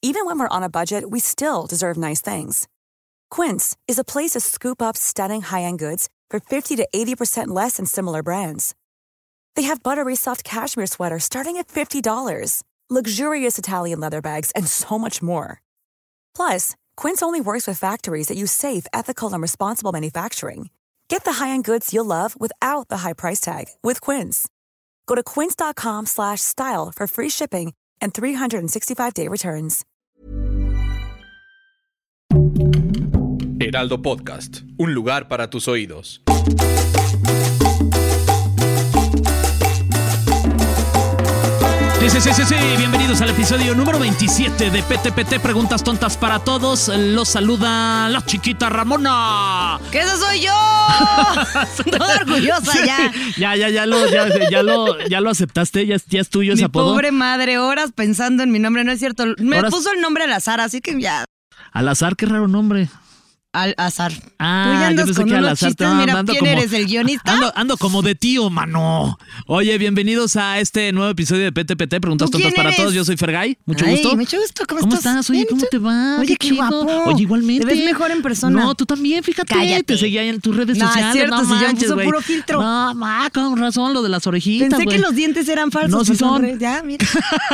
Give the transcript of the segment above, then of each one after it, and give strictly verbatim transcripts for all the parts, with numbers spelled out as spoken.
even when we're on a budget, we still deserve nice things. Quince is a place to scoop up stunning high-end goods for fifty to eighty percent less than similar brands. They have buttery soft cashmere sweaters starting at fifty dollars, luxurious Italian leather bags, and so much more. Plus, Quince only works with factories that use safe, ethical, and responsible manufacturing. Get the high-end goods you'll love without the high price tag with Quince. Go to quince.com slash style for free shipping and three sixty-five day returns. Heraldo Podcast, un lugar para tus oídos. Sí, sí, sí, sí, sí, bienvenidos al episodio número veintisiete de P T P T, Preguntas Tontas para Todos. Los saluda la chiquita Ramona. ¡Que esa soy yo! Toda orgullosa sí, ya. Ya, ya, ya lo, ya, ya lo, ya lo aceptaste, ya, ya es tuyo ese apodo. Mi pobre madre, horas pensando en mi nombre, no es cierto. Me Horas... puso el nombre al azar, así que ya. Al azar, qué raro nombre. Al azar. Ah, tú ya andas yo pensé con que al unos azar chistes, te mira, ando ¿quién como, eres, el guionista? Ando, ando como de tío, mano. Oye, bienvenidos a este nuevo episodio de P T P T, Preguntas Tontas para Todos. Yo soy Fergay, mucho Ay, gusto. mucho gusto, ¿cómo, ¿Cómo estás? estás? Oye, Bien, ¿cómo te va? Oye, qué, qué guapo. Oye, igualmente. Te ves mejor en persona. No, tú también, fíjate. Cállate. Te seguía en tus redes no, sociales. Es cierto, no si manches, ya güey. puro filtro. No, ma, con razón, lo de las orejitas, Pensé güey. que los dientes eran falsos. No, sí son. Re... Ya, mira.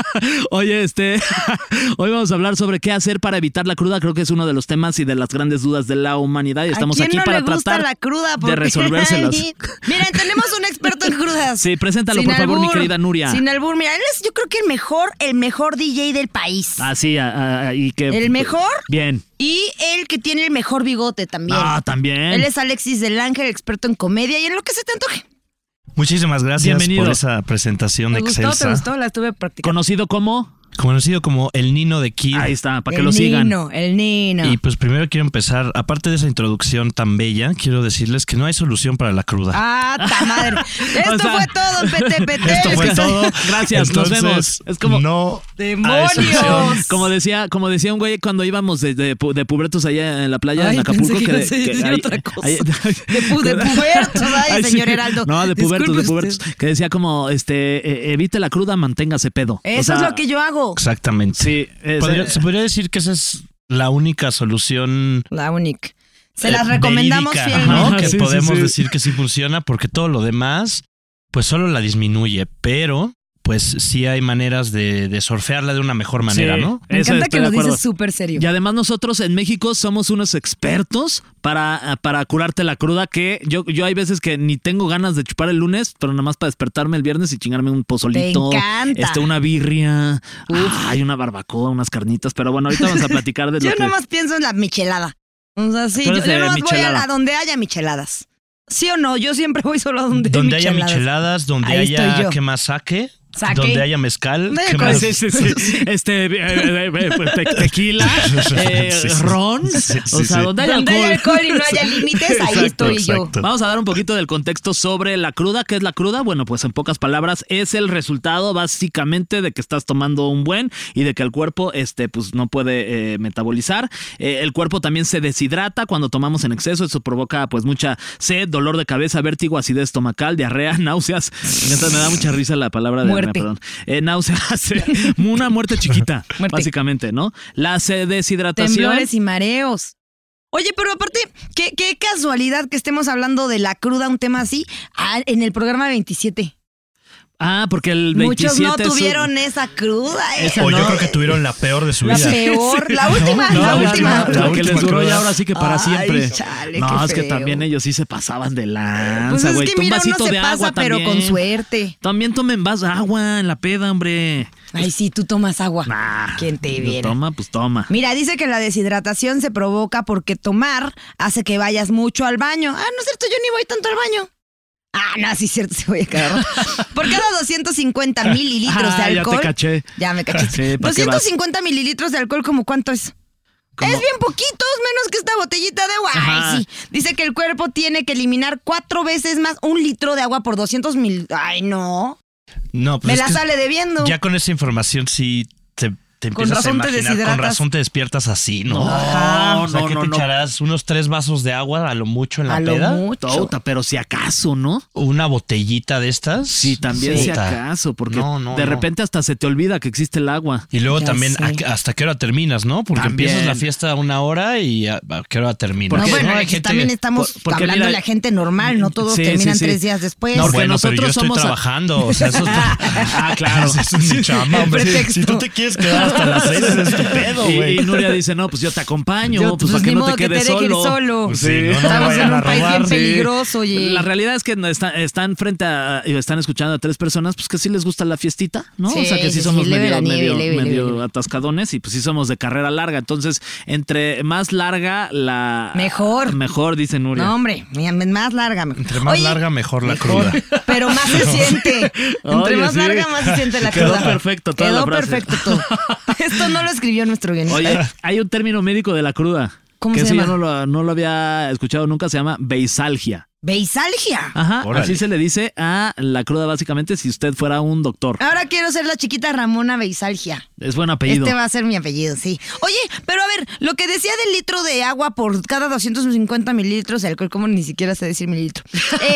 Oye, este, hoy vamos a hablar sobre qué hacer para evitar la cruda. Creo que es uno de los temas y de las grandes dudas de la humanidad. Y estamos ¿A quién aquí no para le gusta tratar la cruda? de resolvérselas. Miren, tenemos un experto en crudas. Sí, preséntalo, Sin por favor, albur, mi querida Nuria. Sin albur, mira, él es yo creo que el mejor, el mejor D J del país. Ah, sí, a, a, y que... El mejor. Bien. Y el que tiene el mejor bigote también. Ah, también. Él es Alexis del Ángel, experto en comedia y en lo que se te antoje. Muchísimas gracias Bienvenido. por esa presentación ¿Te gustó? excelsa. ¿Te gustó? La estuve practicando. Conocido como... Conocido como el Nino de Kid. Ahí está, para que el lo sigan. Nino, el Nino. Y pues primero quiero empezar, aparte de esa introducción tan bella, quiero decirles que no hay solución para la cruda. Ah, ta madre. Esto O sea, fue todo, P T P T. Esto fue todo. Gracias, Entonces, nos vemos. Es como... No ¡Demonios! hay solución. Como decía, como decía un güey cuando íbamos de, de, de pubertos allá en la playa, Ay, en Acapulco. pensé que de- ibas a decir ahí- otra cosa. ahí- De, pu- de pubertos, ay, Ay, señor sí. Heraldo. No, de pubertos, Disculpe de pubertos. usted. Que decía como, este, eh, evite la cruda, manténgase pedo. Eso O sea, es lo que yo hago. Exactamente. Sí, es, Podría- eh, se podría decir que esa es la única solución La única. Se eh, las recomendamos verídica, fielmente. ¿no? Que Sí, sí, podemos sí. decir que sí funciona, porque todo lo demás, pues solo la disminuye, pero pues sí hay maneras de, de surfearla de una mejor manera, sí, ¿no? Me eso encanta estoy que de lo acuerdo. dices súper serio. Y además nosotros en México somos unos expertos para, para curarte la cruda, que yo, yo hay veces que ni tengo ganas de chupar el lunes, pero nada más para despertarme el viernes y chingarme un pozolito. Te encanta. Este, una birria. Ah, hay una barbacoa, unas carnitas. Pero bueno, ahorita vamos a platicar de lo Yo que... nomás pienso en la michelada. O sea, sí, Tú yo, eres de yo nomás voy a, michelada. la- a donde haya micheladas. ¿Sí o no? Yo siempre voy solo a donde, Donde hay haya micheladas. micheladas, donde Ahí estoy haya yo. ¿qué más saque? Saque. Donde haya mezcal, Donde ¿qué haya más? Sí, sí, sí. Este, eh, eh, eh, te- tequila, eh, Sí, sí. ron, Sí, o sí, sea, sí. donde hay Donde hay alcohol. alcohol y no haya límites, ahí Exacto, estoy yo. exacto. Vamos a dar un poquito del contexto sobre la cruda. ¿Qué es la cruda? Bueno, pues en pocas palabras es el resultado básicamente de que estás tomando un buen y de que el cuerpo este, pues, no puede eh, metabolizar. Eh, el cuerpo también se deshidrata cuando tomamos en exceso. Eso provoca pues mucha sed, dolor de cabeza, vértigo, acidez estomacal, diarrea, náuseas. Me, me da mucha risa la palabra de Muerte. perdón. Eh, náuseas, eh, una muerte chiquita, Muerte. básicamente, ¿no? La sed- deshidratación. Temblores y mareos. Oye, pero aparte, qué, qué casualidad que estemos hablando de la cruda, un tema así, ah, en el programa veintisiete. Ah, porque el Muchos veintisiete no es un- tuvieron esa cruda. eh. Esa O no. yo creo que tuvieron la peor de su La vida. peor, la última, No, la no, última. no, la que última les duró cruda. ya ahora sí que para Ay, siempre. chale, no, qué es que feo. también ellos sí se pasaban de lanza, Pues es güey. que Un mira, vasito uno se de pasa, agua pero también. con suerte. También tomen vas agua en la peda, hombre. Ay, sí, tú tomas agua. Nah, ¿Quién te yo viera? Toma, pues toma. Mira, dice que la deshidratación se provoca porque tomar hace que vayas mucho al baño. Ah, no es cierto, yo ni voy tanto al baño. Ah, no, sí es cierto, sí voy a cagar. Por cada doscientos cincuenta mililitros de Ah, alcohol. ya te caché. Ya me caché. Sí, ¿para qué vas? doscientos cincuenta mililitros de alcohol, ¿cómo cuánto es? ¿Cómo? Es bien poquitos, menos que esta botellita de agua. Ajá. Ay, sí. Dice que el cuerpo tiene que eliminar cuatro veces más un litro de agua por doscientos mil. Ay, no. No, pues Me es la que sale debiendo. ya con esa información sí te, te Con empiezas a razón te imaginar, con deshidratas. razón te despiertas así, ¿no? Ajá. O sea, No, que no, te no. echarás unos tres vasos de agua a lo mucho en la A lo peda. mucho. Touta, pero si acaso, ¿no? Una botellita de estas. Sí, también si Puta. acaso, porque No, no, de no. repente hasta se te olvida que existe el agua. Y luego Ya también, sé. ¿a qué- ¿hasta qué hora terminas, no? Porque También. empiezas la fiesta a una hora y ¿a, a qué hora terminas? No, Porque bueno, Hay aquí gente- también estamos por- porque hablando mira- de la gente normal, no todos Sí, terminan sí, sí. tres días después. No, No, porque bueno, pero yo nosotros estoy somos a- trabajando. O sea, eso está... Ah, claro. Esa es mi chamba, hombre. Pretexto. Si tú te quieres quedar hasta las seis, es tu pedo, Y, güey. y Nuria dice, no, pues yo te acompaño, Yo, pues, pues, para que ni no modo te que quedes te deje ir solo. solo. Pues sí, no, no me Estamos vayan en a un país robar, bien sí. peligroso, oye. La realidad es que no están, están frente a, y están escuchando a tres personas, pues que sí les gusta la fiestita, ¿no? Sí, o sea que sí, sí, somos sí, leve medio, la nieve, medio, leve, medio leve. atascadones y pues sí somos de carrera larga. Entonces, entre más larga la... Mejor. Mejor, dice Nuria. No, hombre, mira, más larga. mejor. Entre más Oye, larga, mejor la mejor. cruda. Pero más se siente. Entre Oye, más sí. larga, más se siente la Quedó cruda. perfecto toda Quedó la frase. perfecto todo. Esto no lo escribió nuestro guionista. Oye, hay un término médico de la cruda. ¿Cómo que se eso llama? yo no lo, no lo había escuchado nunca, se llama beisalgia. Beisalgia. Ajá, Órale. así se le dice a la cruda básicamente si usted fuera un doctor. Ahora quiero ser la chiquita Ramona Beisalgia. Es buen apellido. Este va a ser mi apellido, sí. Oye, pero a ver, lo que decía del litro de agua por cada doscientos cincuenta mililitros de alcohol, como ni siquiera sé decir mililitro.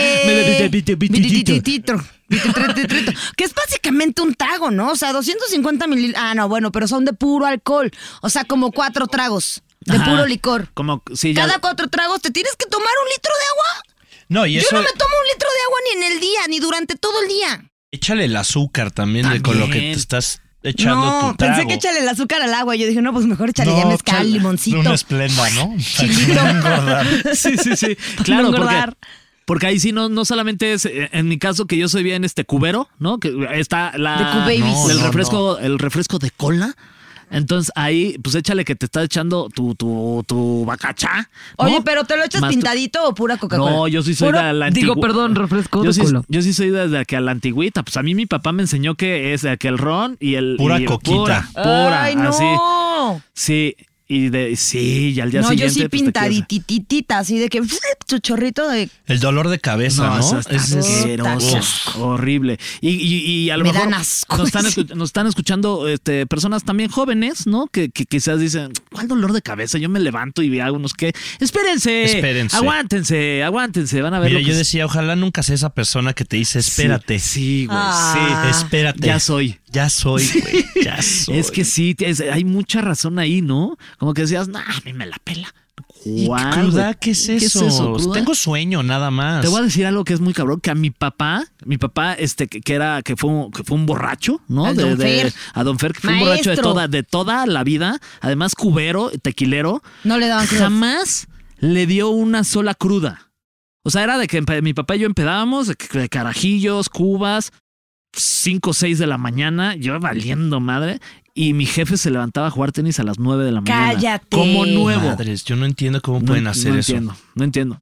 Eh, vitititititro, vitititititro, que es básicamente un trago, ¿no? O sea, doscientos cincuenta mililitros. Ah, no, bueno, pero son de puro alcohol. O sea, como cuatro tragos de Ajá. puro licor. Como si ya... Cada cuatro tragos te tienes que tomar un litro de agua. No, y eso... Yo no me tomo un litro de agua ni en el día, ni durante todo el día. Échale el azúcar también, de con lo que También. te estás echando No, tu trago. pensé que échale el azúcar al agua. Yo dije, no, pues mejor échale ya mezcal, échale limoncito. Una esplenda, ¿no? Chilito. Para no engordar. Sí, sí, sí. Claro, No porque, engordar. porque ahí sí no, no solamente es, eh, en mi caso, que yo soy bien este cubero, ¿no? Que está la... De Q-Babies. No, el no, refresco, el refresco de cola. Entonces ahí, pues échale que te está echando tu, tu, tu bacachá. ¿no? Oye, pero ¿te lo echas Más tu- pintadito o pura Coca-Cola? No, yo sí soy Puro- de la Digo, antigua- perdón, refresco yo de sí, cola. yo sí soy desde que a la antigüita. Pues a mí mi papá me enseñó que es eh, que el ron y el... Pura y- coquita. Pura, pura, Ay, no. así. Sí, y de, sí, y al día No, yo siguiente... sí pues, te quedas- pintadititita, así de que tu chorrito de... El dolor de cabeza, ¿no? eso está Es- es- asqueroso, Uf. horrible. Y, y, y a lo Me mejor dan asco. nos están, escu- nos están escuchando este, personas también jóvenes, ¿no? Que, que quizás dicen, ¿cuál dolor de cabeza? Yo me levanto y hago unos qué. Espérense, Espérense. aguántense, aguántense, van a ver Mira, lo que yo es- decía, ojalá nunca sea esa persona que te dice, espérate. Sí, sí, güey, Ah. sí. Espérate. Ya soy. Ya soy, güey. Ya soy. Es que sí, es- hay mucha razón ahí, ¿no? Como que decías, nah, a mí me la pela. ¿Y ¿Cuál, cruda? güey? ¿Qué es eso? ¿Cruda? Tengo sueño, nada más. Te voy a decir algo que es muy cabrón, que a mi papá, mi papá, este, que, que era, que fue, un, que fue un borracho, ¿no? Al De- don de- Fer. a don Fer, que fue un borracho de Maestro. toda, de toda la vida, además cubero, tequilero, No le daban crudas. jamás le dio una sola cruda. O sea, era de que empe- mi papá y yo empedábamos, de, que- de carajillos, cubas, cinco o seis de la mañana, yo valiendo madre, y mi jefe se levantaba a jugar tenis a las nueve de la mañana. Cállate. Como nuevo. Madres, yo no entiendo cómo No- pueden hacer no eso. entiendo, no entiendo.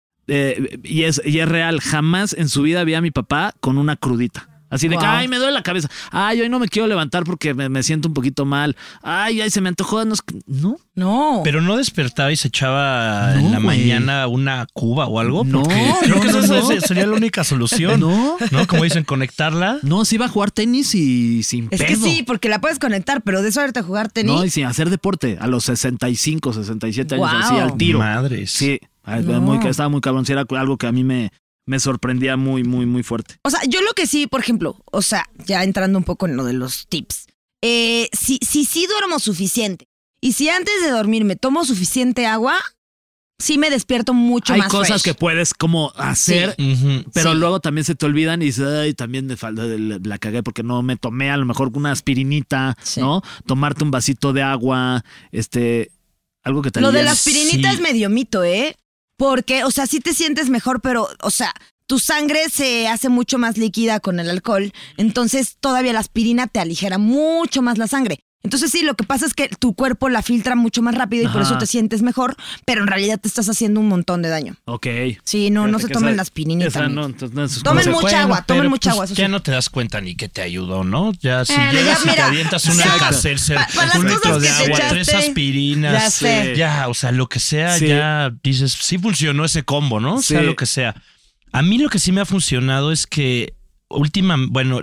Eh, y, es, y es real, jamás en su vida vi a mi papá con una crudita. Así de que, Wow. ay, me duele la cabeza. Ay, hoy no me quiero levantar porque me, me siento un poquito mal. Ay, ay, se me antojó. No, es que- no, No. Pero no despertaba y se echaba No, en la güey. mañana una cuba o algo. No, Porque no, creo que no, esa no. esa sería la única solución. no, ¿No? Como dicen, conectarla. no, se iba a jugar tenis y sin Es pedo. que sí, porque la puedes conectar, pero de eso ahorita jugar tenis. No, y sin hacer deporte. A los sesenta y cinco, sesenta y siete años, Guau. así al tiro. Madres. Sí, ay, No. muy, estaba muy cabrón. Sí, era algo que a mí me, me sorprendía muy, muy, muy fuerte. O sea, yo lo que sí, por ejemplo, o sea, ya entrando un poco en lo de los tips. Eh, si, si sí duermo suficiente y si antes de dormir me tomo suficiente agua, sí me despierto mucho Hay más cosas fresh. que puedes como hacer. Ujú. Pero Sí. luego también se te olvidan y dices, ay, también me falta, la, la cagué porque no me tomé a lo mejor una aspirinita, Sí. ¿no? Tomarte un vasito de agua, este, algo que te Lo de aliviane. la aspirinita Sí. es medio mito, ¿eh? Porque, o sea, sí te sientes mejor, pero, o sea, tu sangre se hace mucho más líquida con el alcohol, entonces todavía la aspirina te aligera mucho más la sangre. Entonces sí, lo que pasa es que tu cuerpo la filtra mucho más rápido y por Ajá. eso te sientes mejor, pero en realidad te estás haciendo un montón de daño. Ok. Sí, no, no Fíjate se que tomen esa- la aspirinita. esa no, amigos. entonces no es- Tomen no se- mucha Bueno, agua, tomen pero, mucha pues, agua, eso ya sí. no te das cuenta ni que te ayudó, ¿no? Ya si Bueno, llegas ya, y te mira, avientas una ya, Alka-Seltzer, pa- pa las un cosas litro de que te agua, echaste, tres aspirinas. ya sé. Ya, o sea, lo que sea, Sí. ya dices, sí funcionó ese combo, ¿no? O sea, Sí. lo que sea. A mí lo que sí me ha funcionado es que última, bueno,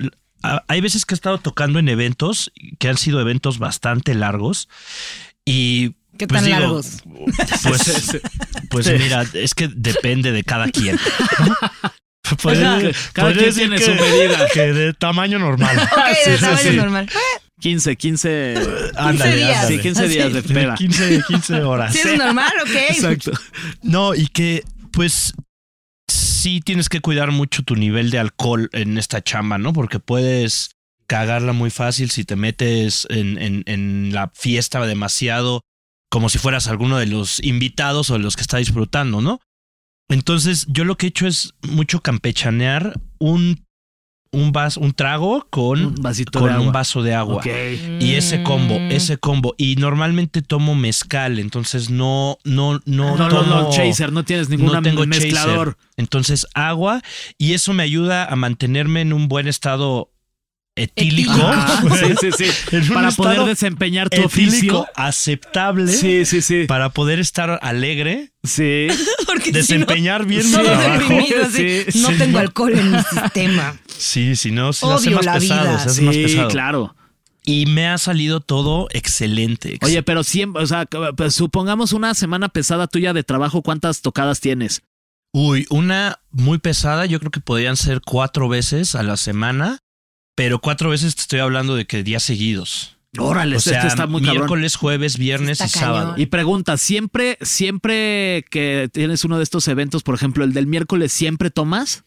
hay veces que he estado tocando en eventos que han sido eventos bastante largos y ¿Qué pues tan digo, largos? Pues, pues mira, es que depende de cada quien, ¿no? Puede, cada quien tiene su medida. Que de tamaño normal. Ok, Sí, de sí, tamaño sí. normal. quince, quince. Ándale, días. ándale. Sí, quince días de espera. quince, quince horas. Si es normal, ok. Exacto. No, y que pues sí tienes que cuidar mucho tu nivel de alcohol en esta chamba, ¿no? Porque puedes cagarla muy fácil si te metes en, en, en la fiesta demasiado como si fueras alguno de los invitados o de los que está disfrutando, ¿no? Entonces yo lo que he hecho es mucho campechanear un, un, vas, un trago con, Un vasito con de agua. un vaso de agua. Ok. Y ese combo, Mm. ese combo. Y normalmente tomo mezcal, entonces no, no, no, No, no, tomo, no, chaser, no tienes ningún no tengo mezclador. chaser. Entonces agua y eso me ayuda a mantenerme en un buen estado etílico. Ah, sí, sí, sí. En un Para poder estado desempeñar tu etílico oficio. aceptable. Sí, sí, sí. Para poder estar alegre, Sí. Porque desempeñar bien mi si no, todo trabajo. deprimido, así, Sí, no sí, tengo no. alcohol en mi sistema. Sí, si no, se hace Odio más la pesado. vida. Se hace Sí, más pesado. claro. Y me ha salido todo excelente. Oye, pero siempre, o sea, pues, supongamos una semana pesada tuya de trabajo, ¿cuántas tocadas tienes? Uy, una muy pesada, yo creo que podrían ser cuatro veces a la semana, pero cuatro veces te estoy hablando de que días seguidos. Órale, O sea, este está muy cabrón. miércoles, jueves, viernes Está y sábado. cañón. Y pregunta, ¿siempre, siempre que tienes uno de estos eventos, por ejemplo, el del miércoles, siempre tomas?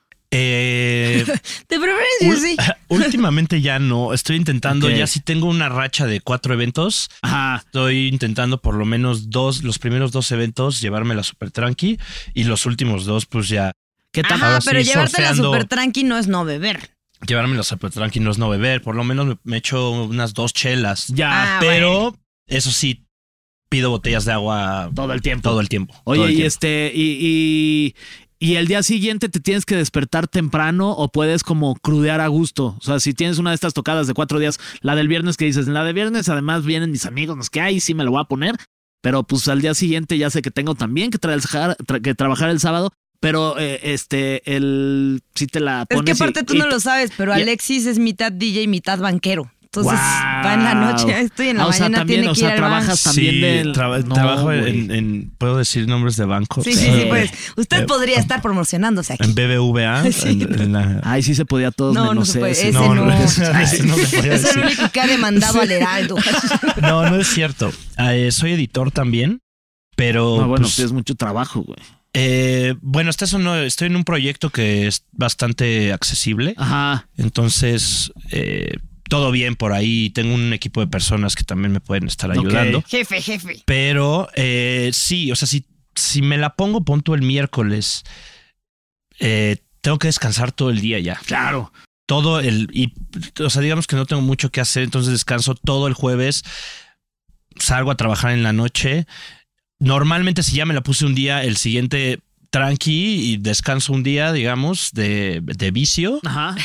Eh, De preferencia, ul- sí. últimamente ya no, estoy intentando, Ok. ya si tengo una racha de cuatro eventos, Ajá. estoy intentando por lo menos dos, los primeros dos eventos llevármela súper tranqui y los últimos dos pues ya ¿Qué tal? Ajá, ahora pero sí, llevártela surfeando. súper tranqui no es no beber. llevármela súper tranqui no es no beber, por lo menos me, me echo unas dos chelas, Ya, Ah, pero eso sí, pido botellas de agua todo el tiempo. todo el tiempo. Oye, todo el y tiempo. este, y, y, y el día siguiente te tienes que despertar temprano o puedes como crudear a gusto. O sea, si tienes una de estas tocadas de cuatro días, la del viernes que dices, la de viernes además vienen mis amigos, no es que ahí sí me lo voy a poner, pero pues al día siguiente ya sé que tengo también que, trabajar, tra- que trabajar el sábado, pero eh, este, el, si te la Es pones. que aparte y- tú y- no lo sabes, pero y- Alexis es mitad D J y mitad banquero. Entonces ¡Guau! va en la noche, estoy en la Ah, o sea, mañana, también, tiene o que sea, ir al trabajas banco. también Sí, del- traba- No, trabajo güey. en, en- ¿puedo decir nombres de bancos? Sí, sí, sí, Eh, pues. Usted eh, podría estar promocionándose aquí. En B B V A. Sí. en- en la- Ay, sí se podía todos No, no menos se puede. ese. Ese no, no. no, ese no se podía Es el decir. único que ha demandado al Heraldo. No, no es cierto. Eh, soy editor también, pero No, bueno, pues, es mucho trabajo, güey. eh, bueno, hasta eso no, estoy en un proyecto que es bastante accesible, Ajá. entonces eh, todo bien por ahí. Tengo un equipo de personas que también me pueden estar ayudando, Ok. Jefe, jefe. pero eh, sí, o sea, si, si me la pongo, pon tú el miércoles, eh, tengo que descansar todo el día ya. Claro. Todo el, y, o sea, digamos que no tengo mucho que hacer, entonces descanso todo el jueves, salgo a trabajar en la noche. Normalmente si ya me la puse un día, el siguiente tranqui y descanso un día, digamos, de, de vicio Ajá.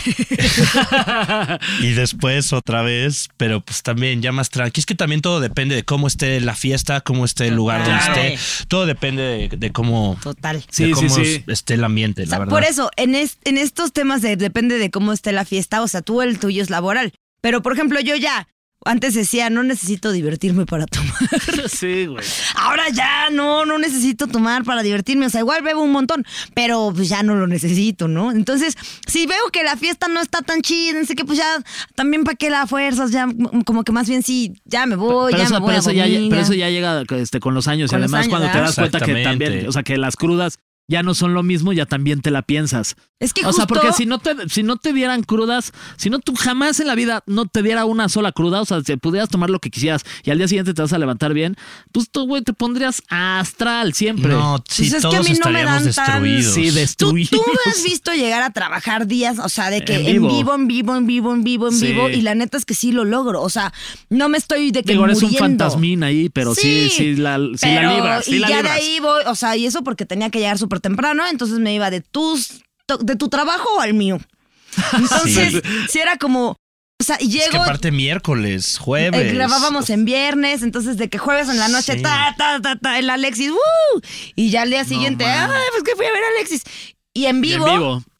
y después otra vez, pero pues también ya más tranqui. Es que también todo depende de cómo esté la fiesta, cómo esté el lugar donde Claro. esté. Todo depende de, de cómo, Total. Sí, de sí, cómo sí. esté el ambiente, O la sea, verdad. por eso, en, es- en estos temas de depende de cómo esté la fiesta, o sea, tú el tuyo es laboral. Pero, por ejemplo, yo ya, antes decía, no necesito divertirme para tomar. Sí, güey. Ahora ya, no, no necesito tomar para divertirme. O sea, igual bebo un montón, pero pues ya no lo necesito, ¿no? Entonces, si veo que la fiesta no está tan chida, no sé qué, pues ya, también para qué la fuerzas, ya m- como que más bien sí, ya me voy, Pero ya eso, me voy pero a eso ya, dormir, pero ya. eso ya llega este, con los años. Con y los además, años, cuando te ¿verdad? das cuenta que Exactamente. también, o sea, que las crudas ya no son lo mismo, ya también te la piensas. Es que O sea, justo- porque si no te, si no te dieran crudas, si no tú jamás en la vida no te diera una sola cruda, o sea, si pudieras tomar lo que quisieras y al día siguiente te vas a levantar bien, pues tú, güey, te pondrías astral siempre. No, sí, Pues es que a todos mí no me estaríamos dan tan- destruidos. Sí, ¿Tú, destruidos. tú me has visto llegar a trabajar días, o sea, de que En en vivo. vivo, en vivo, en vivo, en vivo, en Sí. vivo, y la neta es que sí lo logro. O sea, no me estoy de que Digo, eres un muriendo. fantasmín ahí, pero sí, sí, la, sí la pero- libras, sí y la ya libras. de ahí voy, o sea, y eso porque tenía que llegar súper temprano, entonces me iba de tus, to- de tu trabajo o al mío. Entonces, Sí. sí, era como, o sea, y Es que llego, aparte miércoles, jueves. eh, grabábamos en viernes, entonces de que jueves en la noche, Sí. ta, ta, ta, ta, el Alexis, ¡woo! Y ya al día siguiente, man. ay, pues que fui a ver a Alexis. Y en Y en vivo, vivo.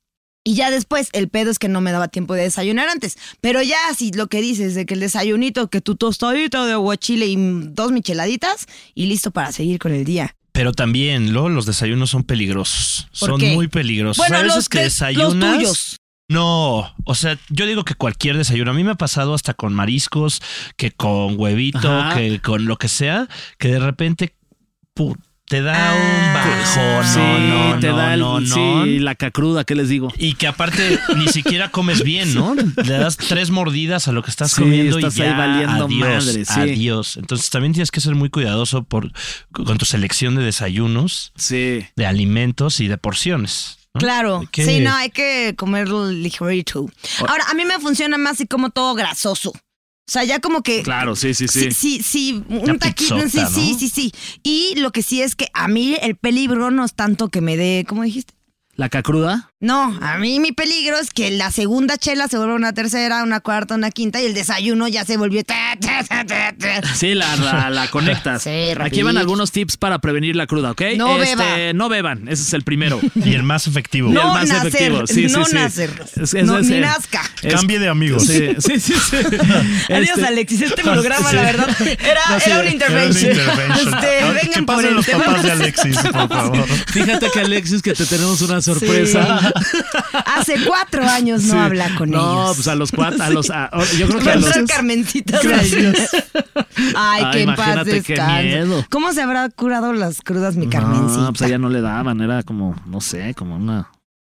Y ya después, el pedo es que no me daba tiempo de desayunar antes. Pero ya, si lo que dices, de que el desayunito, que tu tostadito de aguachile y dos micheladitas, y listo para seguir con el día. Pero también, ¿no? Los desayunos son peligrosos. ¿Por Son qué? muy peligrosos. Bueno, a veces los que de- desayunas. los tuyos. No, o sea, yo digo que cualquier desayuno. A mí me ha pasado hasta con mariscos, que con huevito, Ajá. que con lo que sea, que de repente pu, te da Ah. un bajón. Sí, no, no, te no, da el, no, no. sí, la cacruda, ¿qué les digo? Y que aparte ni siquiera comes bien, ¿no? Le das tres mordidas a lo que estás Sí, comiendo estás y ahí ya, valiendo adiós, madre, sí. adiós. Entonces también tienes que ser muy cuidadoso por, con tu selección de desayunos, Sí. de alimentos y de porciones, ¿no? Claro, Hay que- sí, no, hay que comerlo ligerito. Ahora, a mí me funciona más así como todo grasoso. O sea, ya como que... Claro, sí, sí, sí. Sí, sí, sí, Una un taquito, sí, pizzota, sí, ¿no? sí, sí. Y lo que sí es que a mí el peligro no es tanto que me dé, ¿cómo dijiste? ¿La cacruda? No, a mí mi peligro es que la segunda chela se vuelve una tercera, una cuarta, una quinta y el desayuno ya se volvió... ta, ta, ta, ta, ta. Sí, la, la, la conectas. Sí, Aquí rapidito. van algunos tips para prevenir la cruda, ¿ok? No Este, beba. No beban, ese es el primero. Y el más efectivo. Y el No más nacer, efectivo. Sí, no sí, sí. nacer. Es- es- No, es- ni es- nazca. es- Cambie de amigos. Sí, sí, sí. sí. Adiós, Este, Alexis. Este programa, Sí. la verdad, era, No, sí, era una era intervention. intervention. Este, Ah, vengan ¿Qué por pasen el los tema. papás de Alexis, por favor? Fíjate que Alexis, que te tenemos una sorpresa. Hace cuatro años no Sí. habla con no, ellos. No, pues a los cuatro, a los, a- yo creo que Va a a los... entrar Carmencita. Gracias. Ay, Ay, que en paz imagínate qué descanse. miedo. ¿Cómo se habrá curado las crudas mi Carmencita? No, pues a ella no le daban, era como, no sé, como una...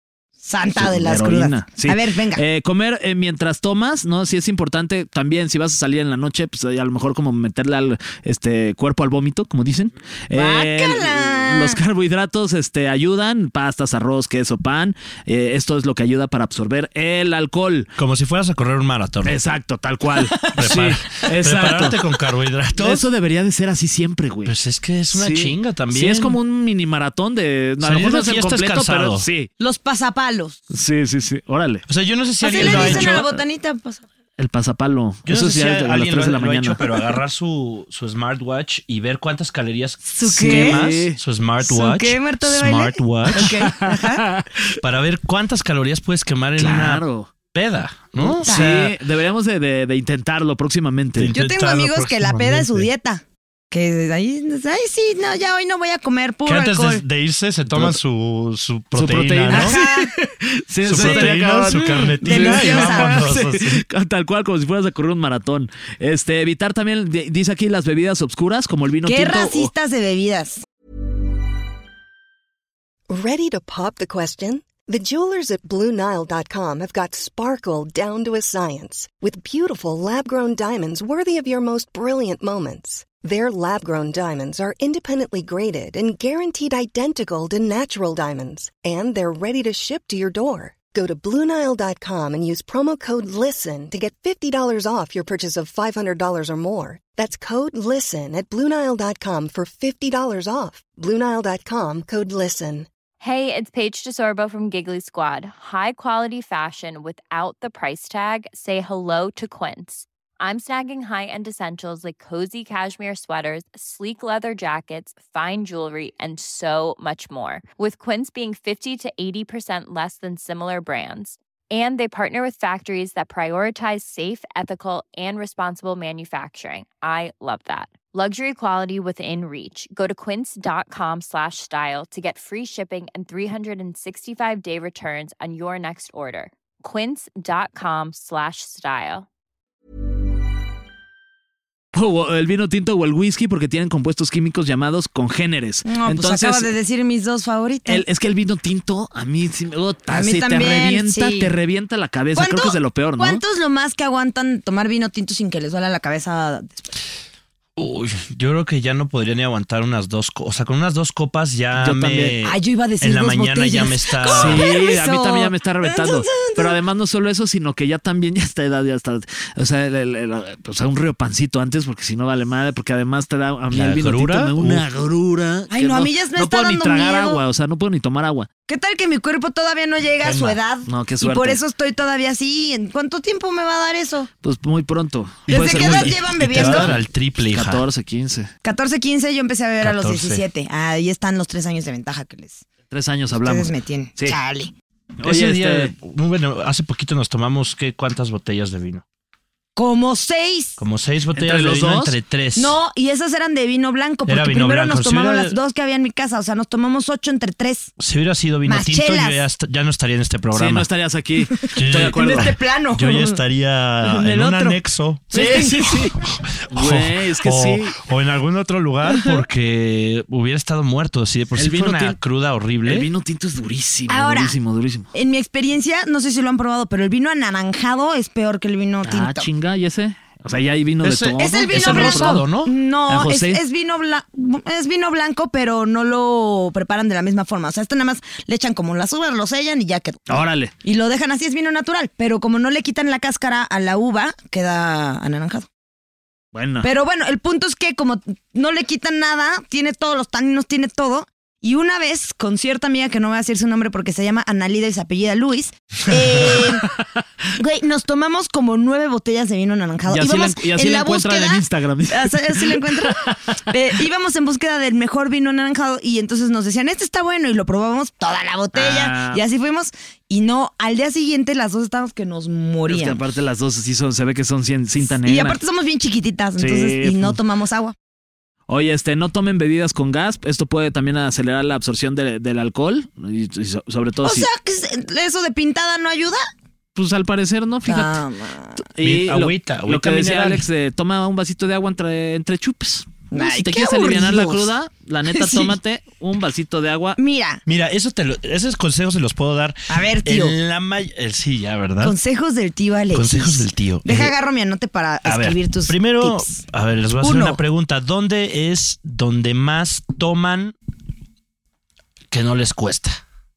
Santa de las heroína. crudas. Sí. A ver, venga. Eh, comer eh, mientras tomas, ¿no? Sí es importante también, si vas a salir en la noche, pues eh, a lo mejor como meterle al este cuerpo al vómito, como dicen. Eh, ¡Guácala! los carbohidratos este, ayudan, pastas, arroz, queso, pan. Eh, esto es lo que ayuda para absorber el alcohol. Como si fueras a correr un maratón. Exacto, tal cual. Prepara- sí, Prepararte exacto. con carbohidratos. Eso debería de ser así siempre, güey. Pues es que es una Sí. chinga también. Sí, es como un mini maratón de... A lo Salir mejor no de es el fiesta es completo, cansado. pero sí. Los pasapalos. Sí, sí, sí. Órale. O sea, yo no sé si Así alguien le lo ha dicen hecho. a la botanita. Pues. El pasapalo. Yo no Eso sé sí, si a, a las alguien tres de lo, la lo ha mañana. hecho, pero agarrar su, su smartwatch y ver cuántas calorías ¿Su qué? quemas. Sí. Su smartwatch. ¿Su qué, Marta de baile? Smartwatch. Ok, ajá. Para ver cuántas calorías puedes quemar en una Claro. peda, ¿no? O Sí, sea, deberíamos de, de- de intentarlo próximamente. De- Yo tengo Intentarlo amigos que la peda es su próximamente. dieta. Que ahí, ay, sí, no, ya hoy no voy a comer puro que antes de, alcohol. de irse se toman su, su proteína, proteína. ¿no? Ajá. Sí, Su eso estaría proteína, cabrón. su carnetita y Deliciosa. vámonos. Sí, así. tal cual, como si fueras a correr un maratón. Este, evitar también, di- dice aquí, las bebidas obscuras, como el vino Qué tinto. o- racistas de bebidas. Ready to pop the question? The jewelers at Blue Nile dot com have got sparkle down to a science with beautiful lab-grown diamonds worthy of your most brilliant moments. Their lab-grown diamonds are independently graded and guaranteed identical to natural diamonds, and they're ready to ship to your door. Go to Blue Nile dot com and use promo code LISTEN to get fifty dollars off your purchase of five hundred dollars or more. That's code LISTEN at Blue Nile dot com for fifty dollars off. Blue Nile dot com, code LISTEN. Hey, it's Paige DeSorbo from Giggly Squad. High quality fashion without the price tag. Say hello to Quince. I'm snagging high-end essentials like cozy cashmere sweaters, sleek leather jackets, fine jewelry, and so much more. With Quince being fifty to eighty percent less than similar brands. And they partner with factories that prioritize safe, ethical, and responsible manufacturing. I love that. Luxury quality within reach. Go to quince.com slash style to get free shipping and three sixty-five day returns on your next order. Quince.com slash style. O el vino tinto o el whisky porque tienen compuestos químicos llamados congéneres. No, Entonces, pues acaba de decir mis dos favoritos. el- es que el vino tinto a mí sí me ota, A mí sí, te también, revienta, sí. te revienta la cabeza. Creo que es de lo peor, ¿no? ¿Cuánto es lo más que aguantan tomar vino tinto sin que les duela la cabeza después? Uy, yo creo que ya no podría ni aguantar unas dos copas. O sea, con unas dos copas ya Yo me... también. Ah, yo iba a decir En la dos mañana ya botellas. me está... Sí, a mí permiso. también ya me está reventando. Pero además no solo eso, sino que ya también ya esta edad ya está, o sea, el, el- el- o sea, un río pancito antes porque si no vale madre, porque además te da a mí ¿La el vino tinto grura? me da una grura. Ay, que no, a mí ya me no está puedo ni dando tragar miedo. agua, o sea, no puedo ni tomar agua. ¿Qué tal que mi cuerpo todavía no llega a su Quema. edad? No, qué Y suerte. por eso estoy todavía así. ¿En cuánto tiempo me va a dar eso? Pues muy pronto. ¿Desde Puede ser qué muy- edad llevan Y te va a bebiendo? dar al triple, hija. catorce, quince. catorce, quince, yo empecé a beber a los catorce. diecisiete. Ahí están los tres años de ventaja que les Tres años hablamos. ustedes me tienen. Sí. Chale. Ese Oye, día, este- bueno, hace poquito nos tomamos, ¿qué? ¿Cuántas botellas de vino? Como seis. Como seis botellas ¿Entre de los vino dos? entre tres. No, y esas eran de vino blanco, porque Era vino primero blanco. nos Si tomamos hubiera- las dos que había en mi casa, o sea, nos tomamos ocho entre tres. Si hubiera sido vino Más tinto, chelas. yo ya, est- ya no estaría en este programa. Sí, no estarías aquí. Yo- Estoy de acuerdo. En este plano. Yo ya estaría En en, el un otro. anexo. Sí, sí, sí. Güey, es que o, sí. o en algún otro lugar porque hubiera estado muerto. Si de por El sí fue vino una tin- cruda horrible. El vino tinto es durísimo, Ahora, durísimo, durísimo. En mi experiencia, no sé si lo han probado, pero el vino anaranjado es peor que el vino tinto. Ah, chinga, ¿y ese? O sea, ya hay vino Ese- de todo. Es el vino Es el blanco. rosado, ¿no? Ah, No, es, José. es vino bla- es vino blanco, pero no lo preparan de la misma forma. O sea, este nada más le echan como las uvas, lo sellan y ya quedó. Órale. Y lo dejan así, es vino natural. Pero como no le quitan la cáscara a la uva, queda anaranjado. Bueno. Pero bueno, el punto es que como no le quitan nada, tiene todos los taninos, tiene todo. Y una vez, con cierta amiga que no voy a decir su nombre porque se llama Analida y se apellida Luis, eh, güey, nos tomamos como nueve botellas de vino anaranjado. y así, la, Íbamos y así en la la encuentran búsqueda- en Instagram. ¿Así así lo encuentro? Eh, íbamos en búsqueda del mejor vino anaranjado y entonces nos decían, este está bueno, y lo probábamos toda la botella. Ah. Y así fuimos. Y no, al día siguiente las dos estábamos que nos Es que moríamos. aparte las dos sí son, se ve que son cien- cinta negra. Y aparte somos bien chiquititas, entonces, Sí. y no tomamos agua. Oye, este, no tomen bebidas con gas. Esto puede también acelerar la absorción de- del alcohol. Y, y so- sobre todo O si. sea, que se- eso de pintada no ayuda. Pues al parecer no, fíjate. Ah, ma. Y Bien, lo, agüita, lo agüita que decía mineral. Alex, de, toma un vasito de agua entre, entre chupes. Ay, si te qué quieres aliviar la aburridos. cruda, la neta, Sí. tómate un vasito de agua. Mira, Mira, eso te lo- esos consejos se los puedo dar. a ver, tío. En la may- el, sí, ya, ¿verdad? Consejos del tío Alexis. Consejos del tío. Deja Eh, agarro mi anote para A ver, escribir tus primero, tips. a ver, les voy a hacer Uno. una pregunta. ¿Dónde es donde más toman que no les cuesta?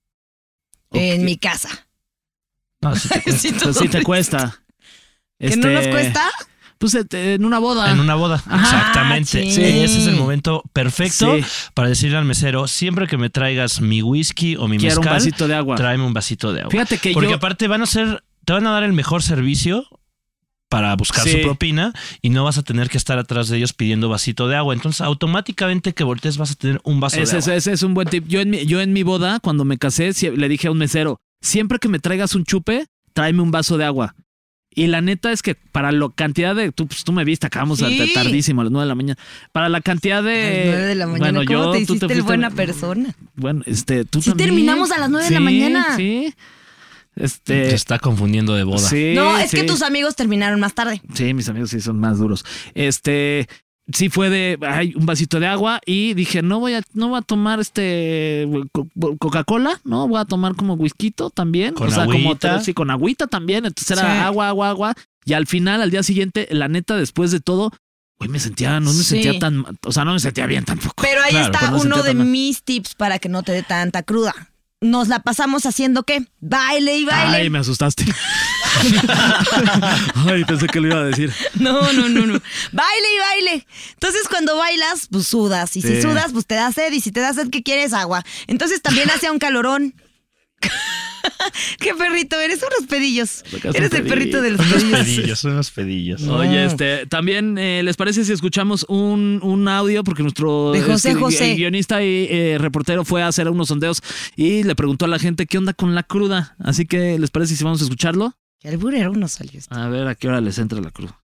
En mi casa. No, sí te cuesta. Sí, Pues sí te ¿dónde? cuesta. ¿Que no nos cuesta? Pues este, en una boda. En una boda, Ah, exactamente. sí. Ese es el momento perfecto Sí. para decirle al mesero, siempre que me traigas mi whisky o mi Quiero un mezcal, vasito de agua. tráeme un vasito de agua. Fíjate que Porque yo. aparte van a ser, te van a dar el mejor servicio para buscar Sí. su propina y no vas a tener que estar atrás de ellos pidiendo vasito de agua. Entonces, automáticamente que voltees vas a tener un vaso Ese, de ese- agua. ese es un buen tip. Yo en, mi, yo en mi boda, cuando me casé, sie- le dije a un mesero, siempre que me traigas un chupe, tráeme un vaso de agua. Y la neta es que para la cantidad de... Tú, pues, tú me viste, acabamos Sí. a- tardísimo, a las nueve de la mañana. Para la cantidad de... A las nueve de la mañana. Bueno, ¿Cómo yo, te tú hiciste el fuiste- buena persona? Bueno, este, tú Sí, también. terminamos a las nueve de la Sí, mañana. Sí. Se Este... está confundiendo de boda. Sí, No, es que sí. tus amigos terminaron más tarde. Sí, mis amigos sí son más duros. Este, sí fue de, ay, un vasito de agua y dije, no voy a, no voy a tomar este co- Coca-Cola, no, voy a tomar como whisky también. Con o sea, como agüita. tres, sí, con agüita también. Entonces era Sí. agua, agua, agua. Y al final, al día siguiente, la neta, después de todo, güey, me sentía, no me Sí. sentía tan, o sea, no me sentía bien tampoco. Pero ahí Claro, está pero no uno sentía de tan mal. mis tips para que no te dé tanta cruda. Nos la pasamos haciendo ¿qué? Baile y baile. Ay, me asustaste. Ay, pensé que lo iba a decir. No, no, no, no. Baile y baile. Entonces, cuando bailas, pues sudas. Y si Sí. sudas, pues te da sed. Y si te da sed, ¿qué quieres? Agua. Entonces también hace un calorón. Qué perrito, eres unos pedillos. Sacas un Eres el pedillo. perrito de los Unos pedillos. pedillos, unos pedillos. No. Oye, este, también eh, les parece si escuchamos un, un audio, porque nuestro De José este, José. gui- guionista y eh, reportero fue a hacer unos sondeos y le preguntó a la gente qué onda con la cruda. Así que les parece si vamos a escucharlo. Que alburero no salió esto. A ver a qué hora les entra la cruda.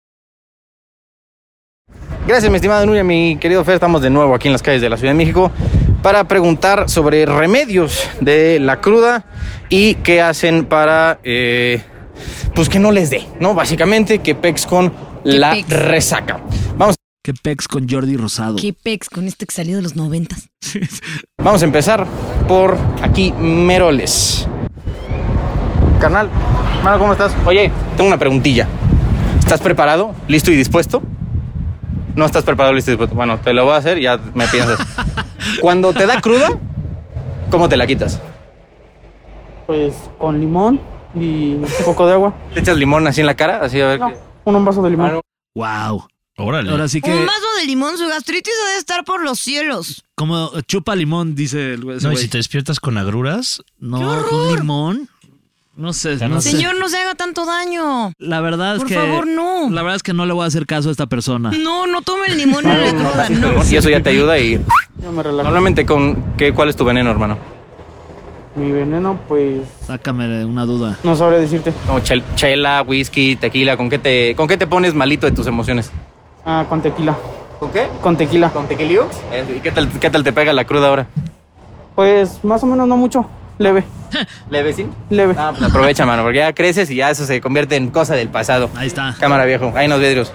Gracias, mi estimada Nuria, mi querido Fer. Estamos de nuevo aquí en las calles de la Ciudad de México para preguntar sobre remedios de la cruda y qué hacen para, eh, pues que no les dé, ¿no? Básicamente, que pex con la pex? resaca. Vamos, ¿Qué pex con Jordi Rosado? Qué pex con este que salió de los noventas. vamos a empezar por aquí, Meroles. Carnal, hermano, ¿cómo estás? Oye, tengo una preguntilla. ¿Estás preparado, listo y dispuesto? No estás preparado, listo y dispuesto. Bueno, te lo voy a hacer y ya me piensas. Cuando te da cruda, ¿cómo te la quitas? Pues con limón y un poco de agua. ¿Te echas limón así en la cara? Así a ver No, qué- un, un vaso de limón. Wow. Órale. Ahora sí que Un vaso de limón, su gastritis debe estar por los cielos. como chupa limón, dice el güey. ese No, y güey. si te despiertas con agruras, No, con limón. No sé, Ya no no sé. Señor, no se haga tanto daño. La verdad es Por que favor, no. La verdad es que no le voy a hacer caso a esta persona. No, no tome el limón en la cruda, no. Y eso ya te ayuda y... Yo me relajo. Normalmente, con ¿qué, ¿cuál es tu veneno, hermano? Mi veneno, pues, Sácame de una duda. no sabré decirte. Como chel- chela, whisky, tequila, ¿con qué te, con qué te pones malito de tus emociones? Ah, con tequila. ¿Con qué? Con tequila. ¿Con tequilio? ¿Y qué tal, qué tal te pega la cruda ahora? Pues, más o menos no mucho. Leve. ¿Leve, sí? Leve. Ah, pues aprovecha, mano, porque ya creces y ya eso se convierte en cosa del pasado. Ahí está. Cámara, viejo. Ahí nos vidrios.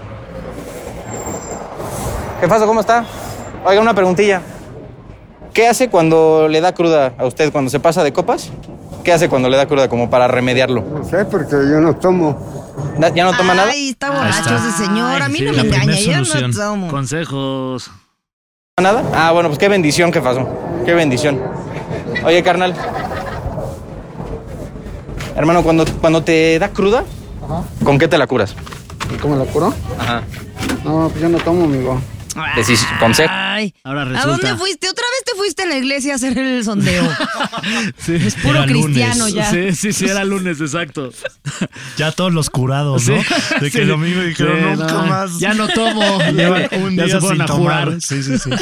¿Qué pasa? ¿Cómo está? Oiga, una preguntilla. ¿Qué hace cuando le da cruda a usted, cuando se pasa de copas? ¿Qué hace cuando le da cruda como para remediarlo? No sé, porque yo no tomo. ¿Ya no toma nada? Ay, está borracho ese señor. A mí Ay, no sí, me la engaña, primera yo no solución. tomo. Consejos. ¿Nada? Ah, bueno, pues qué bendición que pasó. Qué bendición. Oye, carnal. Hermano, cuando, cuando te da cruda, Ajá. ¿con qué te la curas? ¿Y cómo la curó? Ajá. No, pues yo no tomo, amigo. Decis- consejo. Ay, Ahora ¿a resulta. dónde fuiste? ¿Otra vez te fuiste a la iglesia a hacer el sondeo? Sí. Es puro Era lunes. cristiano ya. Sí, sí, sí, era lunes, exacto. Ya todos los curados, ¿no? De que Sí. el domingo dijeron, Sí, nunca no, más. Ya no tomo. Llevan un Ya día se fueron sin a tomar. jurar. Sí, sí, sí.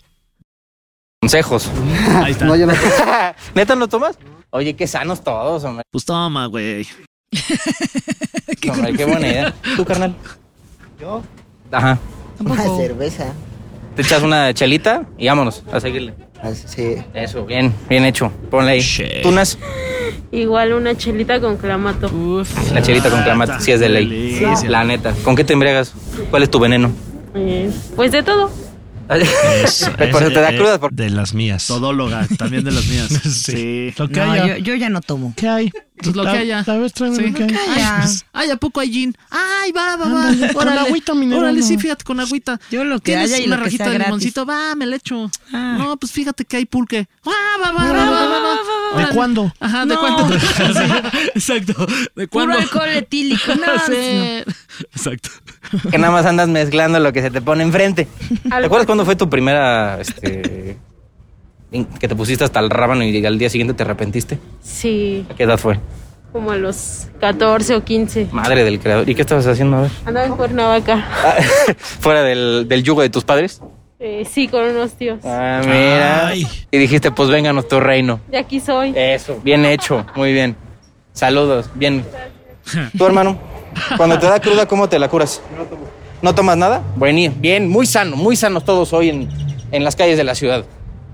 Consejos. Ahí está. No, yo no tomo. ¿Neta no tomas? Oye, qué sanos todos, hombre. Pues toma, güey. Hombre, qué buena idea. ¿Tú, carnal? ¿Yo? Ajá. Una cerveza. Te echas una chelita y vámonos a seguirle. Sí. Eso, bien, bien hecho. Ponle ahí. Che. ¿Tunas? Igual una chelita con clamato. La chelita con clamato, sí es de ley. Delicia. La neta. ¿Con qué te embriagas? ¿Cuál es tu veneno? Eh, pues de todo. Es- Por eso es- te da eh, crudas. Porque... De las mías. Todóloga, también de las mías. Sí. Lo que No, haya. yo, yo ya no tomo. ¿Qué hay? Pues lo La- que haya. La vez tráeme Sí. lo que hay. Ay, ya. Ay, ¿a poco hay gin? Ay, va, va, va. Ándale, con Órale, agüita mineral, órale, no. sí, fíjate, con agüita. Yo lo que ¿Tienes haya y una lo que rajita sea de gratis. limoncito? Va, me le echo. Ah. No, pues fíjate que hay pulque. Va, va, va, va, va, va, va. ¿De Órale. cuándo? Ajá, ¿de No. cuánto? Sí, exacto. ¿De Puro cuándo? alcohol etílico. No, Sí. Exacto. Que nada más andas mezclando lo que se te pone enfrente. ¿Te acuerdas cuándo fue tu primera, este... in- que te pusiste hasta el rábano y al día siguiente te arrepentiste? Sí, ¿A qué edad fue? como a los catorce o quince. Madre del creador. ¿Y qué estabas haciendo? A ver. Andaba en Cuernavaca. Ah, ¿fuera del, del yugo de tus padres? Eh, sí, con unos tíos. Ah, mira. Ay. Y dijiste, pues vénganos tu reino. De aquí soy. Eso, bien hecho, muy bien. Saludos, bien. ¿Tu hermano? Cuando te da cruda, ¿cómo te la curas? No tomo. ¿No tomas nada? Bueno, bien, muy sano, muy sanos todos hoy en, en las calles de la ciudad.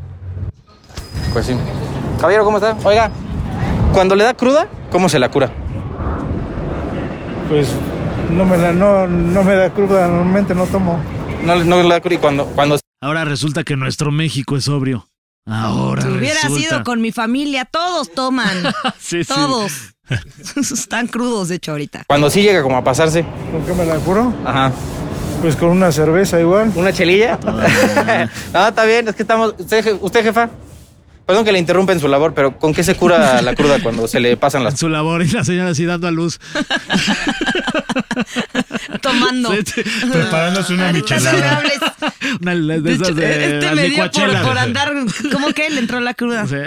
Pues sí. Caballero, ¿cómo está? Oiga, cuando le da cruda, ¿cómo se la cura? Pues no me, la, no, no me da cruda, normalmente no tomo. No, no le da cruda y cuando, cuando... Ahora resulta que nuestro México es sobrio. Ahora Si hubiera resulta. sido con mi familia, todos toman. Sí, sí. Todos. Están crudos, de hecho, ahorita. Cuando sí llega como a pasarse. ¿Con qué me la curo? Ajá. Pues con una cerveza igual. ¿Una chelilla? No, está bien, es que estamos... Usted, je- usted, jefa, perdón que le interrumpa en su labor, pero ¿con qué se cura la cruda cuando se le pasan las... Su labor y la señora así dando a luz. Tomando. Sí, sí. Preparándose una Ahorita michelada. no me hables. Una de De esas hecho, de este las me dio por, licuachelas. por andar. ¿Cómo que le entró la cruda? Sí.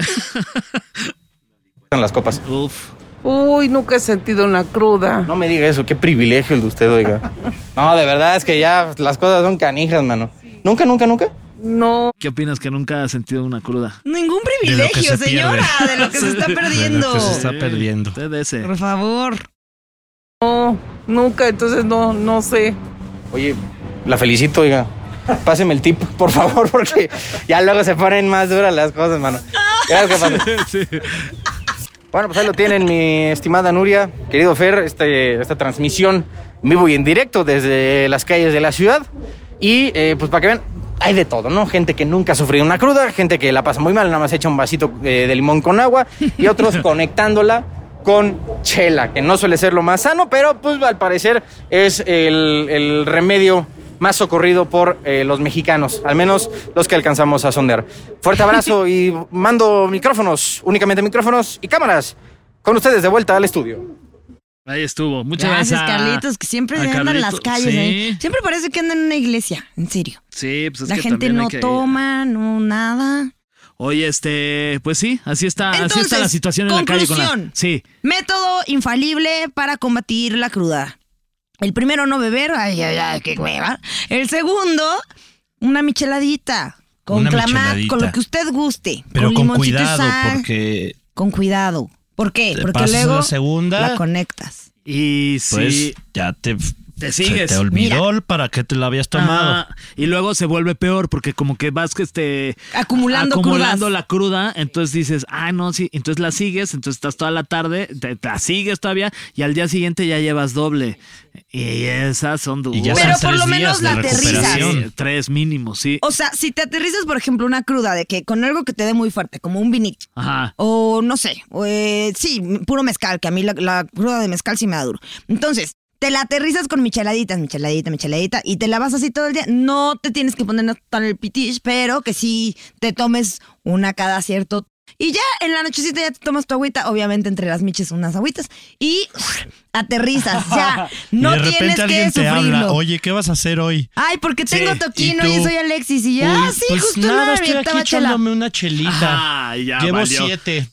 las copas? Uf. Uy, nunca he sentido una cruda. No me diga eso, qué privilegio el de usted, oiga. No, de verdad es que ya las cosas son canijas, mano. ¿Nunca, nunca, nunca? No. ¿Qué opinas que nunca has sentido una cruda? Ningún De lo que privilegio, se señora, pierde. de lo que se está De perdiendo. lo que se está perdiendo. Usted de ese. Por favor. No, nunca, entonces no, no sé. Oye, la felicito, oiga. Páseme el tip, por favor, porque ya luego se ponen más duras las cosas, mano. Gracias, jefa. Sí. Bueno, pues ahí lo tienen, mi estimada Nuria, querido Fer, este, esta transmisión en vivo y en directo desde las calles de la ciudad. Y eh, pues para que vean, hay de todo, ¿no? Gente que nunca ha sufrido una cruda, gente que la pasa muy mal, nada más echa un vasito eh, de limón con agua, y otros conectándola con chela, que no suele ser lo más sano, pero pues al parecer es el, el remedio más socorrido por eh, los mexicanos, al menos los que alcanzamos a sondear. Fuerte abrazo y mando micrófonos, únicamente micrófonos y cámaras, con ustedes de vuelta al estudio. Ahí estuvo. Muchas Gracias, gracias. a- Carlitos, que siempre a se andan en las Carlito. calles. Sí. ¿eh? Siempre parece que andan en una iglesia, en serio. Sí, pues es La que gente también hay no que- toma, no nada. Oye, este, pues sí, así está, así está Entonces, la situación en la calle con la. conclusión. Sí. Método infalible para combatir la cruda. El primero, no beber. Ay, ay, ay, qué hueva. El segundo, una micheladita. Con Una clamato, micheladita. con lo que usted guste. Pero con limoncito y cuidado, sal. porque con cuidado. ¿Por qué? Te Porque pasas luego la segunda, la conectas. Y sí. Pues ya te... Te sigues. Se te olvidó Mira. para qué te lo habías tomado. Ajá. Y luego se vuelve peor porque como que vas que este Acumulando acumulando crudas. la cruda, entonces dices, ah, no, sí, entonces la sigues, entonces estás toda la tarde, te, te la sigues todavía y al día siguiente ya llevas doble. Y esas son duras. Y ya Pero son por tres lo menos días de la aterrizas. recuperación. Sí, tres mínimo, sí. O sea, si te aterrizas, por ejemplo, una cruda de que con algo que te dé muy fuerte, como un vinito, Ajá. o no sé, o, eh, sí, puro mezcal, que a mí la, la cruda de mezcal sí me da duro. Entonces, te la aterrizas con micheladitas, micheladita, micheladita, y te la vas así todo el día. No te tienes que poner tan el pitish, pero que sí te tomes una cada cierto. Y ya en la nochecita ya te tomas tu agüita, obviamente entre las miches unas agüitas, y uf, aterrizas, ya. No y de repente tienes que alguien te sufrirlo. habla, oye, ¿qué vas a hacer hoy? Ay, porque tengo Sí, toquino ¿y y, tú? soy Alexis, y ya, Uy, ah, sí, pues justo nada, no, estoy aquí avientaba chela. echándome una chelita. Ah, ya Llevo valió. siete.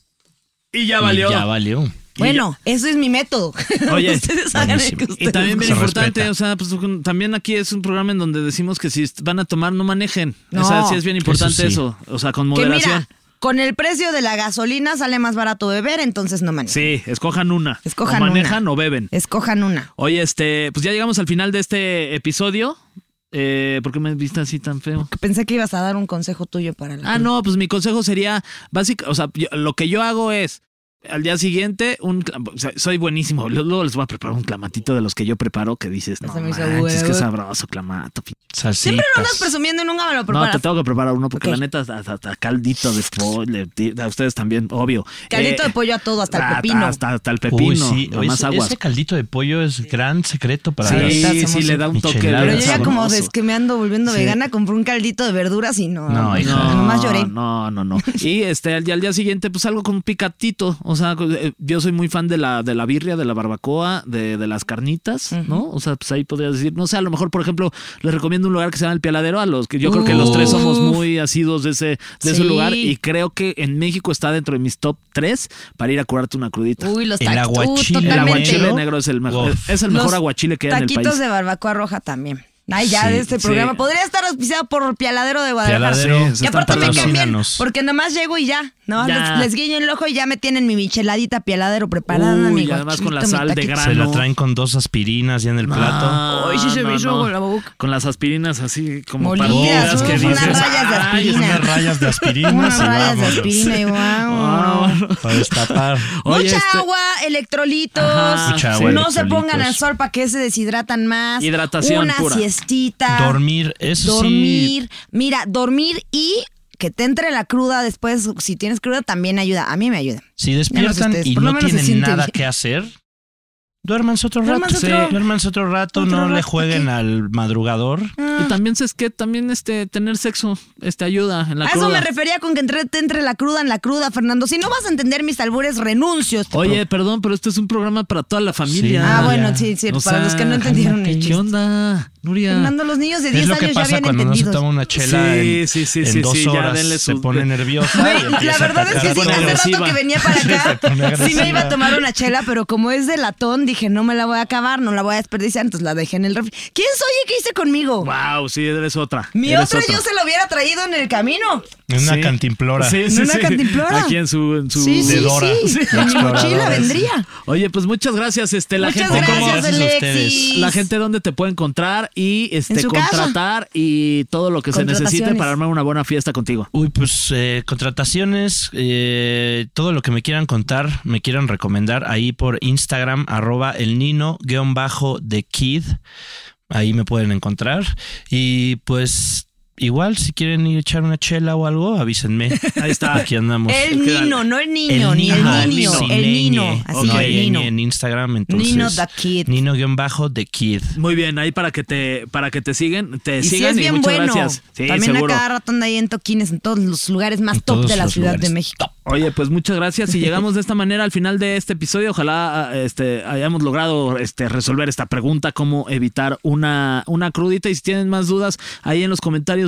Y ya valió. Y ya valió. Bueno, eso es mi método. Oye, ustedes hagan el buenísimo. que Y ustedes también bien Se importante, respeta. o sea, pues también aquí es un programa en donde decimos que si van a tomar, no manejen. No. O sea, sí es bien importante Eso eso. O sea, con Que moderación. mira, con el precio de la gasolina sale más barato beber, entonces no manejen. Sí, escojan una. Escojan o manejan una. o beben. Escojan una. Oye, este, pues ya llegamos al final de este episodio. Eh, ¿Por qué me viste así tan feo? Que pensé que ibas a dar un consejo tuyo para la Ah, no, pues mi consejo sería básico, o sea, yo- lo que yo hago es al día siguiente, un, clam- o sea, soy buenísimo. Luego les voy a preparar un clamatito de los que yo preparo que dices, no Se me hizo manches, qué huevo. sabroso clamato. pi-". Siempre lo andas presumiendo y nunca me lo No, preparas. te tengo que preparar uno porque Ok. la neta, hasta, hasta caldito de pollo, a ustedes también, obvio. Caldito Eh, de pollo a todo, hasta el hasta- pepino. Hasta, hasta el pepino, Uy, sí. nada Oye, más ese, aguas. ese caldito de pollo es gran secreto para Sí, las sí, sí, le da un toque. micheladas. Pero yo ya como sabroso. des que me ando volviendo Sí. vegana, compré un caldito de verduras y no. No, hija. No, Nomás lloré. No, no, no. Y este al día, al día siguiente, pues algo con un picatito. O sea, eh, yo soy muy fan de la, de la birria, de la barbacoa, de, de las carnitas, ¿no? O sea, pues ahí podrías decir, no sé, a lo mejor, por ejemplo, les recomiendo un lugar que se llama El Pialadero, a los que yo creo que los tres somos Uf. muy asidos de ese, de ese Sí. lugar. Y creo que en México está dentro de mis top tres para ir a curarte una crudita. Uy, los El taquitos. aguachile El totalmente. aguachile negro. negro es el mejor, Uf. es el mejor Los aguachile que hay en el Taquitos país. de barbacoa roja también. Ay, ya Sí, de este sí. programa. Podría estar auspiciado por Pialadero de Guadalajara. Pialadero, se Y están aparte me caen bien, patrocínanos. porque nomás llego y ya. Nomás Ya. les, les guiño el ojo y ya me tienen mi micheladita Pialadero preparada. Uy, mi y además con la guachito, mi sal de taquito. grano. Se la traen con dos aspirinas ya en el plato. Ay, sí se me hizo agua en la boca. Con las aspirinas así como Molidas, partidas uf, que unas dices, rayas de "Ay, aspirina". Unas rayas de aspirina. Unas y rayas de vámonos. aspirina y wow. Para destapar. Oye, Mucha este- agua, electrolitos. Ajá, Mucha agua, no se electrolitos. pongan al sol para que se deshidratan más. Hidratación Una pura. siestita. Dormir, eso Dormir. Mira, dormir y que te entre la cruda después. Si tienes cruda, también ayuda. A mí me ayuda. sí. Si despiertan ustedes, y por lo no menos se tienen siente nada bien. que hacer, duérmanse otro rato. Duérmanse Sí, otro- duérmanse otro rato, otro no le rato, jueguen ¿qué? al madrugador. Y también es que también este tener sexo este ayuda en la A cruda. eso me refería con que entre, te entre la cruda en la cruda, Fernando. Si no vas a entender mis albures, renuncio. a este Oye, perdón, pero este es un programa para toda la familia. Sí. Ah, ya. bueno, sí, sí. O para sea, los que no entendieron el ¿qué chiste. onda, Nuria? Fernando, los niños de Es diez lo años que ya pasa habían cuando no se entendido. toma una chela Sí, en, sí, sí, en sí, dos sí, ya horas. denle Se su- pone nerviosa. Güey, y empieza la verdad a es que atacar. sí, pone hace agresiva. rato que venía para acá, Se pone sí me agresiva. iba a tomar una chela, pero como es de latón, dije, no me la voy a acabar, no la voy a desperdiciar, entonces la dejé en el refri. ¿Quién soy y qué hice conmigo? Wow, sí, eres otra. Mi eres otra yo se lo hubiera traído en el camino. En una Sí. cantimplora. Sí, ¿En sí, una sí. cantimplora? Aquí en su, en su Sí, sí, de Dora. sí. Sí. En mi Exploradora, mochila sí. vendría. Oye, pues muchas gracias, este, la Muchas gente gracias, cómo- gracias a Alexis. la gente dónde te puede encontrar y este En su casa. contratar y todo lo que se necesite Contrataciones. para armar una buena fiesta contigo. Uy, pues eh, contrataciones, eh, todo lo que me quieran contar, me quieran recomendar, ahí por Instagram, arroba el nino guión bajo de kid, ahí me pueden encontrar. Y pues igual, si quieren ir a echar una chela o algo, avísenme. Ahí está. Aquí andamos. El Nino, no el niño, El ni el Nino, niño, sin el ñ. Nino. Así, No el hay Nino. ñ en Instagram, entonces. Nino the Kid. Nino guión bajo de kid. Muy bien, ahí para que te para que te siguen, te Y sí sigan es y bien muchas bueno. gracias. Sí, También seguro. a cada rato anda ahí en toquines en todos los lugares más En top todos de la los Ciudad lugares de México. Oye, pues muchas gracias y llegamos de esta manera al final de este episodio. Ojalá este, hayamos logrado este, resolver esta pregunta, cómo evitar una, una crudita. Y si tienen más dudas, ahí en los comentarios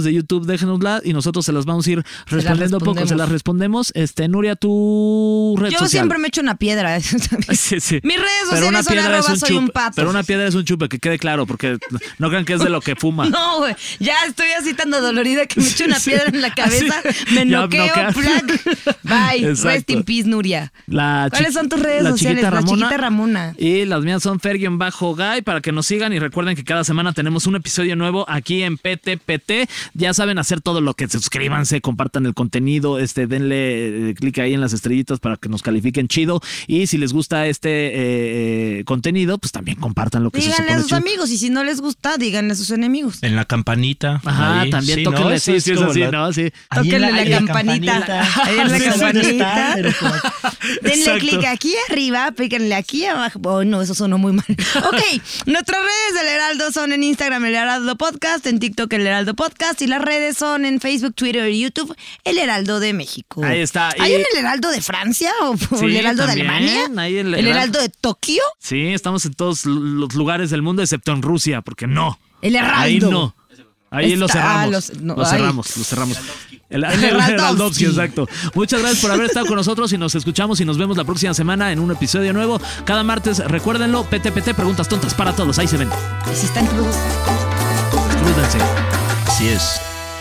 comentarios de YouTube, déjenosla y nosotros se las vamos a ir respondiendo poco, se las respondemos. Este, Nuria, tu red Yo social. siempre me echo una piedra. Sí, sí. Mis redes Pero una sociales son piedra es arroba un soy chupe, un pato. pero una piedra es un chupe, que quede claro, porque no crean que es de lo que fuma. No, güey. Ya estoy así tan dolorida que me echo una Sí. piedra en la cabeza, Así. me Ya noqueo, noqueas. flag. Bye. Exacto. Rest in peace, Nuria. La ¿Cuáles chi- son tus redes la sociales? chiquita La Ramona. chiquita Ramona. Y las mías son Fer-Guy para que nos sigan y recuerden que cada semana tenemos un episodio nuevo aquí en P T P T. Ya saben hacer todo lo que suscríbanse, compartan el contenido, este, denle eh, clic ahí en las estrellitas para que nos califiquen chido. Y si les gusta este eh, eh, contenido, pues también compartan lo que se Díganle supone a sus chido. amigos y si no les gusta, díganle a sus enemigos. En la campanita. Ajá, ahí. también Sí, tóquenle, ¿no? sí, Eso sí, es como así, la- ¿no? Sí. Ahí en Tóquenle ahí la en la campanita. Ahí en la Sí, sí, campanita. pero como- Denle Exacto. clic aquí arriba, píquenle aquí abajo. Oh, no, eso sonó muy mal. Ok, nuestras redes del Heraldo son en Instagram el Heraldo Podcast, en TikTok el Heraldo Podcast y las redes son en Facebook, Twitter y YouTube el Heraldo de México. Ahí está. ¿Hay Y- un el Heraldo de Francia o Sí, el Heraldo también, de Alemania? ahí el ¿El Heraldo- Heraldo de Tokio? Sí, estamos en todos los lugares del mundo excepto en Rusia, porque no. El Heraldo. Ahí no. Ahí lo Está- cerramos. ah, los- no, lo ay. cerramos, lo cerramos. El, El el Heraldowski. Heraldowski, exacto. Muchas gracias por haber estado con nosotros y nos escuchamos y nos vemos la próxima semana en un episodio nuevo. Cada martes, recuérdenlo, P T P T, preguntas tontas para todos. Ahí se ven. ¿Y si están crudos? Cuídense. Así es.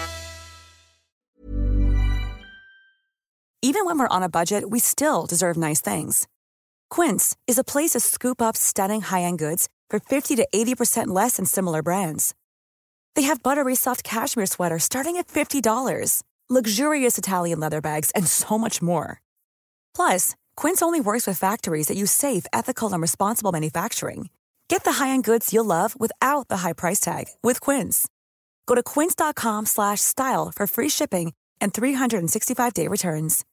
Even when we're on a budget, we still deserve nice things. Quince is a place to scoop up stunning high-end goods for fifty to eighty percent less than similar brands. They have buttery soft cashmere sweaters starting at fifty dollars, luxurious Italian leather bags, and so much more. Plus, Quince only works with factories that use safe, ethical, and responsible manufacturing. Get the high-end goods you'll love without the high price tag with Quince. Go to quince.com slash style for free shipping and three sixty-five day returns.